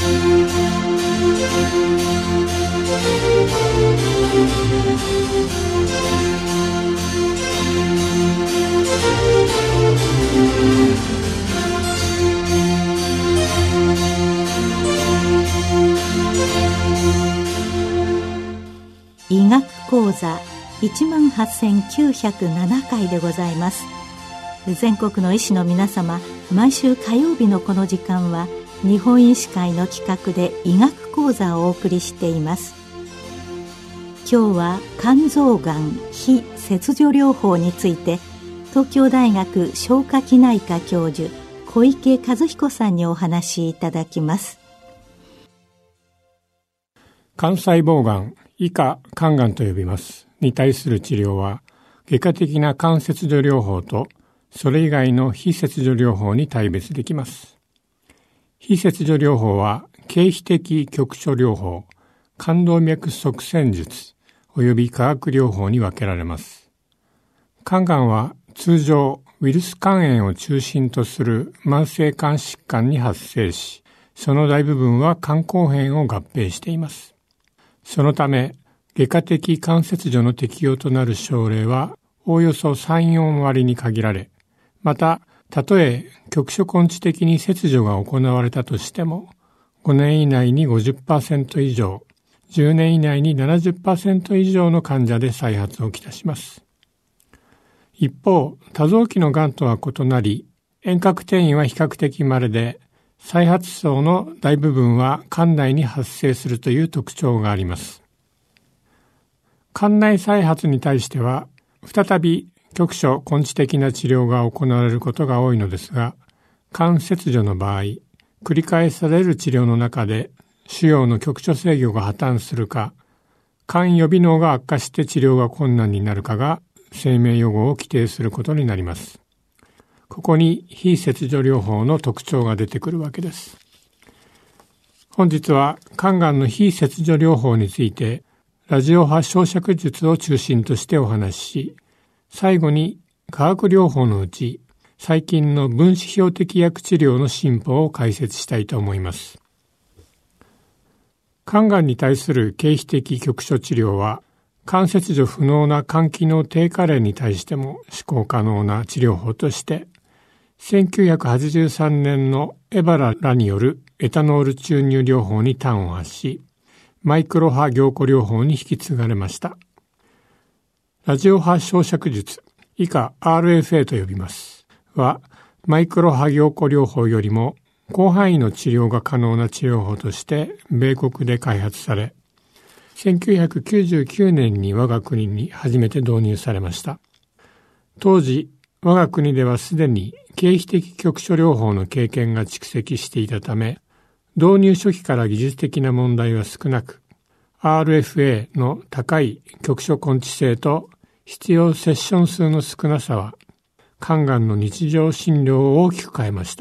医学講座18,907回でございます。全国の医師の皆様、毎週火曜日のこの時間は日本医師会の企画で医学講座をお送りしています。今日は肝臓がん非切除療法について、東京大学消化器内科教授小池和彦さんにお話しいただきます。 肝細胞がん以下肝がんと呼びますに対する治療は、外科的な肝切除療法とそれ以外の非切除療法に大別できます。非切除療法は経皮的局所療法、冠動脈塞栓術および化学療法に分けられます。肝がんは通常ウイルス肝炎を中心とする慢性肝疾患に発生し、その大部分は肝硬変を合併しています。そのため、外科的肝切除の適用となる症例はおおよそ 3,4 割に限られ、また、たとえ局所根治的に切除が行われたとしても、5年以内に 50% 以上、10年以内に 70% 以上の患者で再発をきたします。一方、多臓器のがんとは異なり、遠隔転移は比較的稀で、再発層の大部分は肝内に発生するという特徴があります。肝内再発に対しては、再び局所根治的な治療が行われることが多いのですが、肝切除の場合、繰り返される治療の中で腫瘍の局所制御が破綻するか、肝予備能が悪化して治療が困難になるかが生命予後を規定することになります。ここに非切除療法の特徴が出てくるわけです。本日は肝がんの非切除療法について、ラジオ波焼灼術を中心としてお話しし、最後に化学療法のうち、最近の分子標的薬治療の進歩を解説したいと思います。肝がんに対する経皮的局所治療は、肝切除不能な肝機能低下例に対しても施行可能な治療法として、1983年のエバラらによるエタノール注入療法に端を発し、マイクロ波凝固療法に引き継がれました。ラジオ波焼灼術、以下 RFA と呼びます。は、マイクロ波凝固療法よりも広範囲の治療が可能な治療法として米国で開発され、1999年に我が国に初めて導入されました。当時、我が国ではすでに経皮的局所療法の経験が蓄積していたため、導入初期から技術的な問題は少なく、RFA の高い局所根治性と必要セッション数の少なさは、肝がんの日常診療を大きく変えました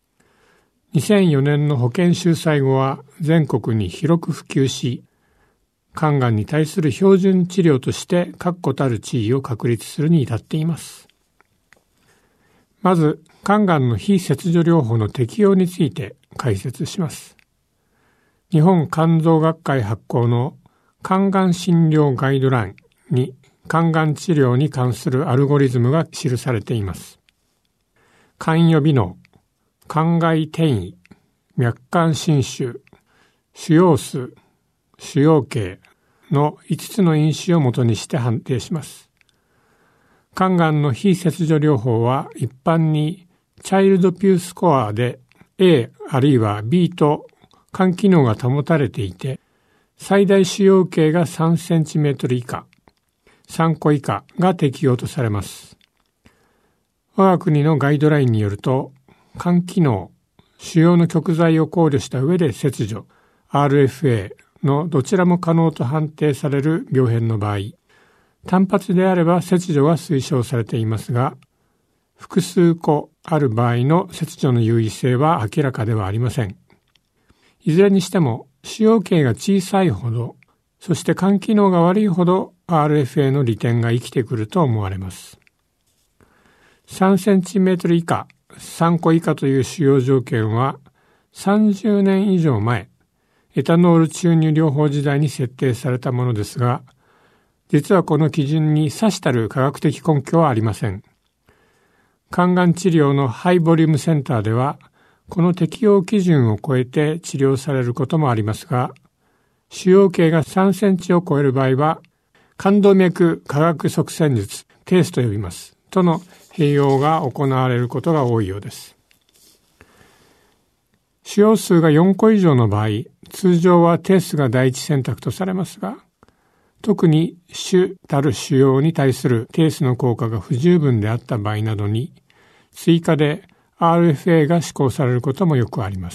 。2004年の保険収載後は全国に広く普及し、肝がんに対する標準治療として確固たる地位を確立するに至っています。まず、肝がんの非切除療法の適用について解説します。日本肝臓学会発行の肝がん診療ガイドラインに肝がん治療に関するアルゴリズムが記されています。肝予備能、肝外転移、脈管侵襲、腫瘍数、腫瘍系の5つの因子をもとにして判定します。肝がんの非切除療法は一般にチャイルドピュースコアで A あるいは B と肝機能が保たれていて、最大腫瘍径が3センチメートル以下、3個以下が適用とされます。我が国のガイドラインによると、肝機能、腫瘍の極材を考慮した上で切除、RFA のどちらも可能と判定される病変の場合、単発であれば切除が推奨されていますが、複数個ある場合の切除の優位性は明らかではありません。いずれにしても、腫瘍径が小さいほど、そして肝機能が悪いほど RFA の利点が生きてくると思われます。3センチメートル以下、3個以下という腫瘍条件は30年以上前、 エタノール注入療法時代に設定されたものですが、実はこの基準にさしたる科学的根拠はありません。肝がん治療のハイボリュームセンターでは、この適用基準を超えて治療されることもありますが、腫瘍径が3センチを超える場合は、冠動脈化学塞栓術、テースと呼びます、との併用が行われることが多いようです。腫瘍数が4個以上の場合、通常はテースが第一選択とされますが、特に主たる腫瘍に対するテースの効果が不十分であった場合などに、追加で RFA が施行されることもよくあります。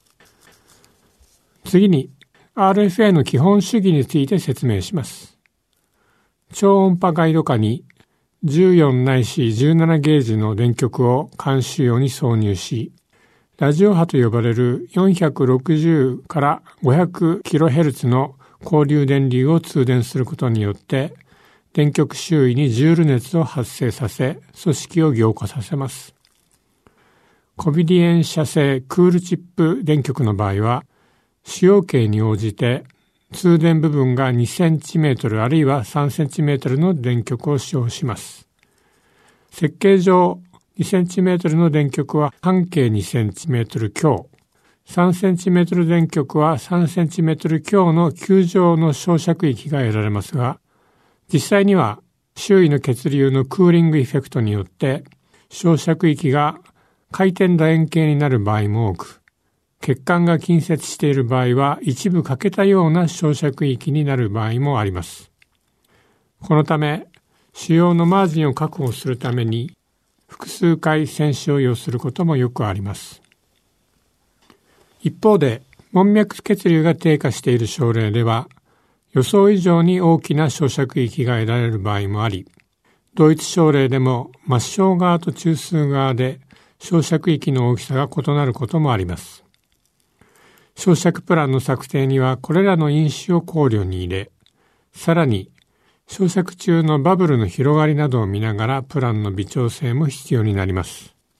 次に RFA の基本主義について説明します。超音波ガイド下に14ないし17ゲージの電極を肝腫瘍に挿入し、ラジオ波と呼ばれる460から500キロヘルツの交流電流を通電することによって、電極周囲にジュール熱を発生させ、組織を凝固させます。コビディエン社製クールチップ電極の場合は、使用径に応じて通電部分が2センチメートルあるいは3センチメートルの電極を使用します。設計上、2センチメートルの電極は半径2センチメートル強、3センチメートル電極は3センチメートル強の球状の照射域が得られますが、実際には周囲の血流のクーリングエフェクトによって照射域が回転楕円形になる場合も多く、血管が近接している場合は一部欠けたような照射域になる場合もあります。このため、腫瘍のマージンを確保するために複数回選手を要することもよくあります。一方で、門脈血流が低下している症例では、予想以上に大きな照射域が得られる場合もあり、同一症例でも末梢側と中枢側で照射域の大きさが異なることもあります。照射プランの策定にはこれらの因子を考慮に入れ、さらに照射中のバブルの広がりなどを見ながらプランの微調整も必要になります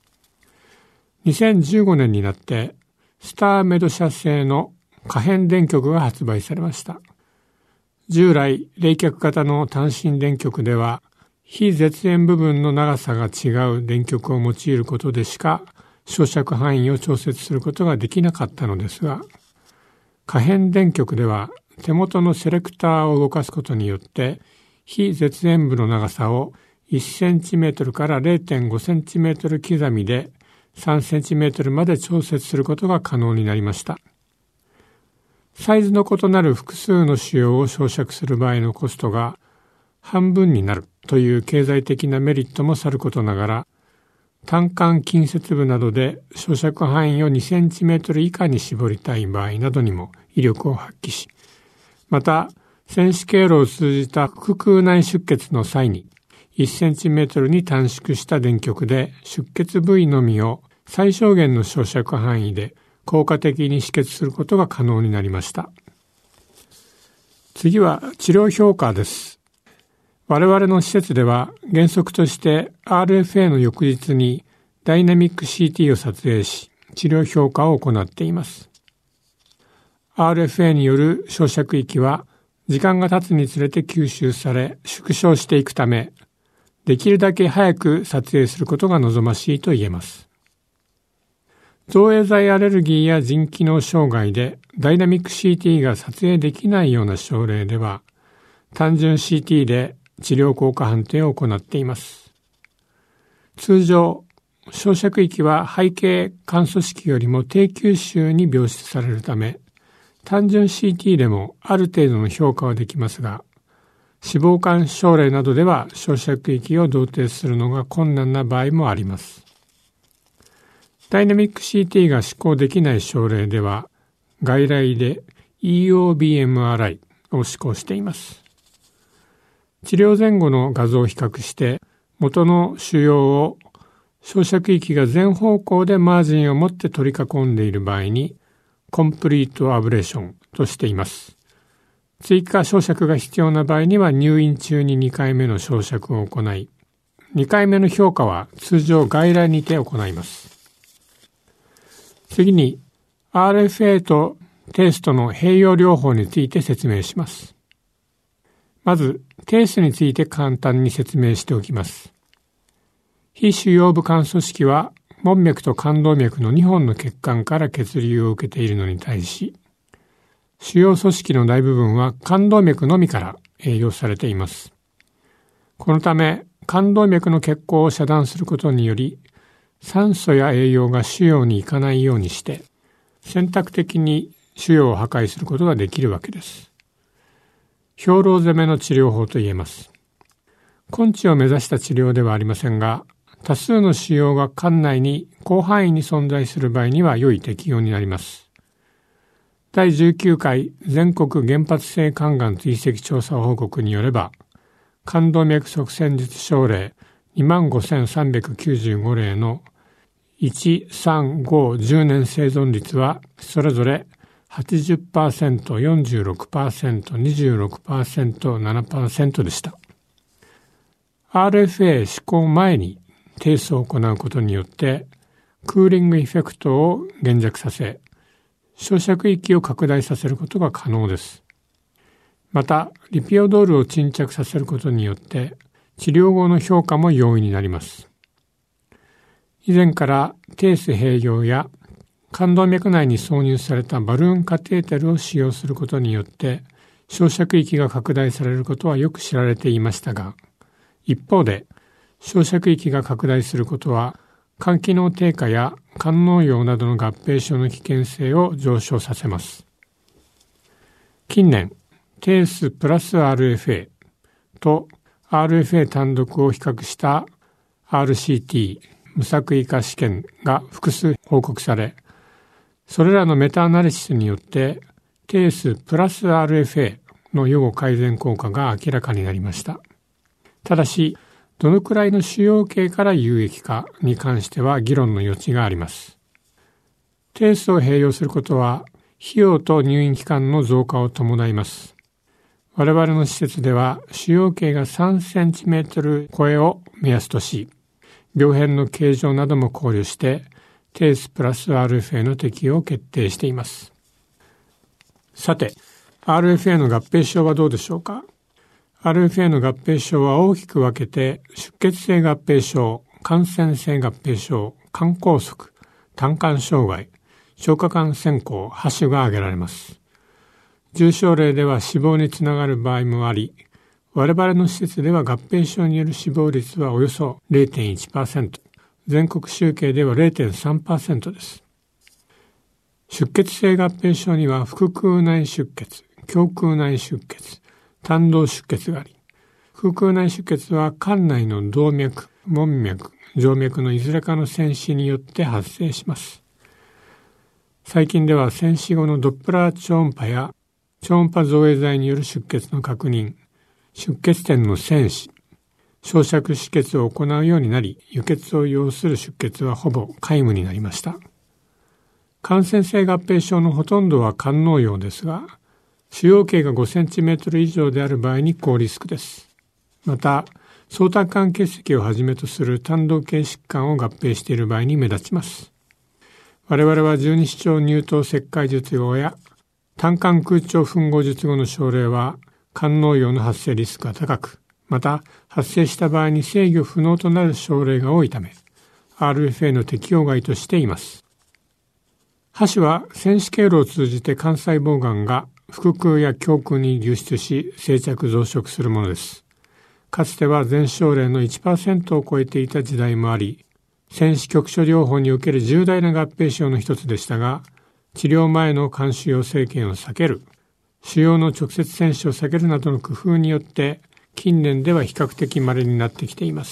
。2015年になってスターメド社製の可変電極が発売されました。従来、冷却型の単身電極では、非絶縁部分の長さが違う電極を用いることでしか、照射範囲を調節することができなかったのですが、可変電極では、手元のセレクターを動かすことによって、非絶縁部の長さを1センチメートルから0.5センチメートル刻みで3センチメートルまで調節することが可能になりました。サイズの異なる複数の腫瘍を照射する場合のコストが半分になるという経済的なメリットもさることながら、単管近接部などで照射範囲を2センチメートル以下に絞りたい場合などにも威力を発揮し、また、線子経路を通じた腹腔内出血の際に1センチメートルに短縮した電極で出血部位のみを最小限の照射範囲で効果的に止血することが可能になりました。次は治療評価です。我々の施設では原則として RFA の翌日にダイナミック CT を撮影し治療評価を行っています。RFA による照射域は時間が経つにつれて吸収され縮小していくため、できるだけ早く撮影することが望ましいと言えます。造影剤アレルギーや腎機能障害でダイナミック CT が撮影できないような症例では、単純 CT で治療効果判定を行っています。通常、照射域は背景肝組織よりも低吸収に描出されるため、単純 CT でもある程度の評価はできますが、脂肪肝症例などでは照射域を同定するのが困難な場合もあります。ダイナミック CT が施行できない症例では、外来で EOBMRI を施行しています。治療前後の画像を比較して、元の腫瘍を照射域が全方向でマージンを持って取り囲んでいる場合に、コンプリートアブレーションとしています。追加照射が必要な場合には入院中に2回目の照射を行い、2回目の評価は通常外来にて行います。次に RFA とテースとの併用療法について説明します。まず、テースについて簡単に説明しておきます。非主要部間組織は、門脈と冠動脈の2本の血管から血流を受けているのに対し、主要組織の大部分は冠動脈のみから営業されています。このため、冠動脈の血行を遮断することにより、酸素や栄養が腫瘍に行かないようにして、選択的に腫瘍を破壊することができるわけです。兵糧攻めの治療法と言えます。根治を目指した治療ではありませんが、多数の腫瘍が管内に広範囲に存在する場合には良い適用になります。第19回全国原発性肝がん追跡調査報告によれば、冠動脈塞栓術症例 25,395 例の1、3、5、10年生存率はそれぞれ 80%、46%、26%、7% でした。RFA 施行前にテースを行うことによってクーリングエフェクトを減弱させ、焼灼域を拡大させることが可能です。また、リピオドールを沈着させることによって治療後の評価も容易になります。以前からテース併用や冠動脈内に挿入されたバルーンカテーテルを使用することによって焼灼域が拡大されることはよく知られていましたが、一方で焼灼域が拡大することは肝機能低下や肝嚢瘍などの合併症の危険性を上昇させます。近年、テースプラス RFA と RFA 単独を比較した RCT 無作為化試験が複数報告され、それらのメタアナリシスによってテースプラス RFA の予後改善効果が明らかになりました。ただし、どのくらいの腫瘍系から有益かに関しては議論の余地があります。テースを併用することは費用と入院期間の増加を伴います。我々の施設では腫瘍系が3センチメートル超えを目安とし、病変の形状なども考慮してテースプラス RFA の適用を決定しています。さて、RFA の合併症はどうでしょうか。RFA の合併症は大きく分けて出血性合併症、感染性合併症、肝梗塞、胆管障害、消化管穿孔、播種が挙げられます。重症例では死亡につながる場合もあり、我々の施設では合併症による死亡率はおよそ 0.1%、全国集計では 0.3% です。出血性合併症には腹腔内出血、胸腔内出血、胆道出血があり、腹腔内出血は肝内の動脈、門脈、静脈のいずれかの栓死によって発生します。最近では栓死後のドップラー超音波や超音波造影剤による出血の確認、出血点の栓死、焼灼止血を行うようになり、輸血を要する出血はほぼ皆無になりました。感染性合併症のほとんどは肝嚢瘍ですが、腫瘍径が5センチメートル以上である場合に高リスクです。また、相胆管結石をはじめとする胆道系疾患を合併している場合に目立ちます。我々は十二指腸乳頭切開術後や胆管空腸吻合術後の症例は肝嚢瘍の発生リスクが高く、また発生した場合に制御不能となる症例が多いため、RFA の適用外としています。播種は栓死経路を通じて肝細胞がんが腹腔や胸腔に流出し生着増殖するものです。かつては全症例の 1% を超えていた時代もあり、栓死局所療法における重大な合併症の一つでしたが、治療前の肝腫瘍生検を避ける、腫瘍の直接栓死を避けるなどの工夫によって近年では比較的稀になってきています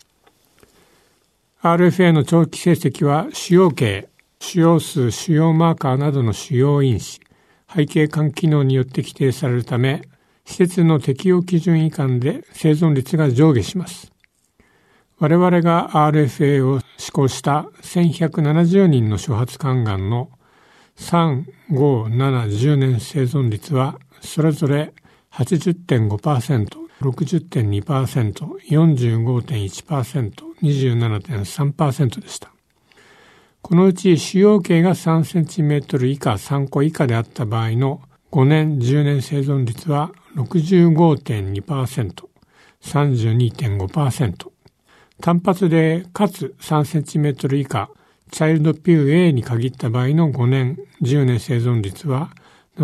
。RFA の長期成績は腫瘍系、腫瘍数、腫瘍マーカーなどの腫瘍因子、背景肝機能によって規定されるため、施設の適用基準以下で生存率が上下します。我々が RFA を施行した1170人の初発肝がんの3、5、7、10年生存率はそれぞれ 80.5%、60.2%、45.1%、27.3% でした。 このうち腫瘍径が3センチメートル以下3個以下であった場合の5年10年生存率は 65.2%、32.5%。単発でかつ3センチメートル以下チャイルドピュー A に限った場合の5年10年生存率は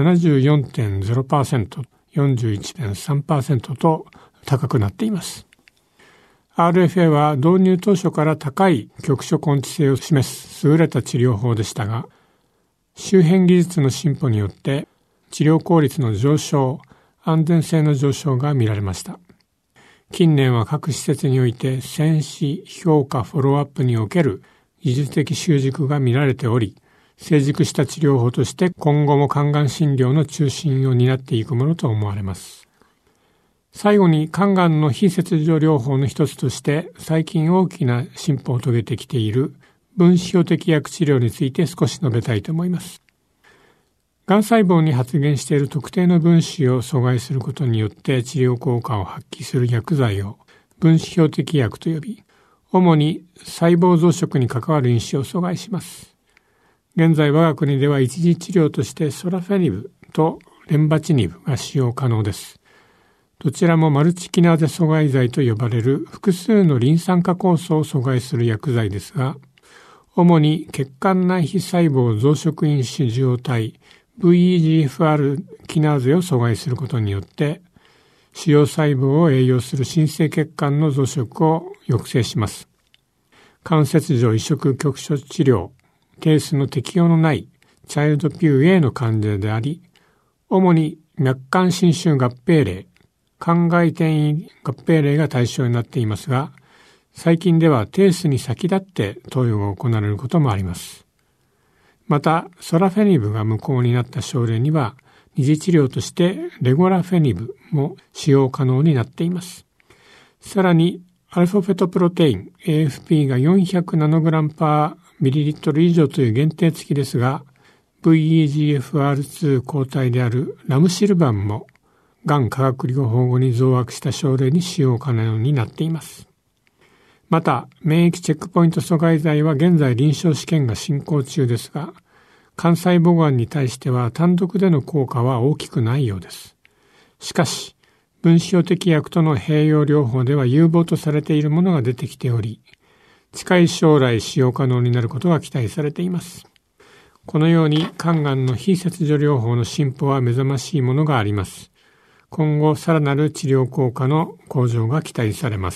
74.0%、41.3% と高くなっています。RFA は導入当初から高い局所根治性を示す優れた治療法でしたが、周辺技術の進歩によって治療効率の上昇、安全性の上昇が見られました。近年は各施設において選試、評価、フォローアップにおける技術的習熟が見られており、成熟した治療法として今後も肝がん診療の中心を担っていくものと思われます。最後に肝がんの非切除療法の一つとして最近大きな進歩を遂げてきている分子標的薬治療について少し述べたいと思います。がん細胞に発現している特定の分子を阻害することによって治療効果を発揮する薬剤を分子標的薬と呼び、主に細胞増殖に関わる因子を阻害します。現在我が国では一次治療としてソラフェニブとレンバチニブが使用可能です。どちらもマルチキナーゼ阻害剤と呼ばれる複数のリン酸化酵素を阻害する薬剤ですが、主に血管内皮細胞増殖因子受容体 VEGFR キナーゼを阻害することによって腫瘍細胞を栄養する新生血管の増殖を抑制します。関節上移植局所治療、ケースの適用のないチャイルドピュー A の患者であり、主に脈管侵襲合併例、肝外転移合併例が対象になっていますが、最近ではテースに先立って投与が行われることもあります。また、ソラフェニブが無効になった症例には、二次治療としてレゴラフェニブも使用可能になっています。さらに、アルファフェトプロテイン AFP が400ナノグラムパーミリリットル以上という限定付きですが、VEGFR2 抗体であるラムシルバンも、がん化学療法後に増悪した症例に使用可能になっています。また、免疫チェックポイント阻害剤は現在臨床試験が進行中ですが、肝細胞がんに対しては単独での効果は大きくないようです。しかし、分子標的薬との併用療法では有望とされているものが出てきており、近い将来使用可能になることが期待されています。このように肝がんの非切除療法の進歩は目覚ましいものがあります。今後さらなる治療効果の向上が期待されます。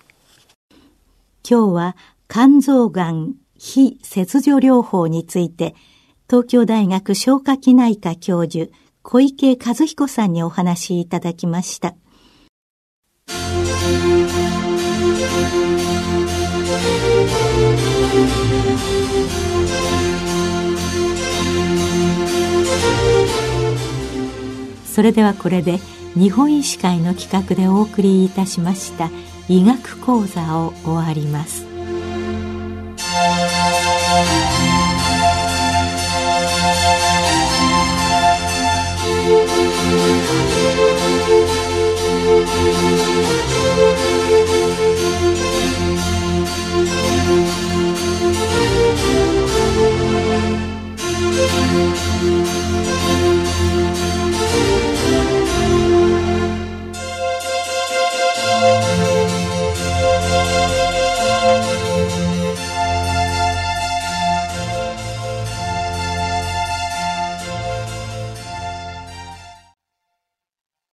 今日は肝臓がん非切除療法について東京大学消化器内科教授小池和彦さんにお話しいただきました。それではこれで日本医師会の企画でお送りいたしました医学講座を終わります。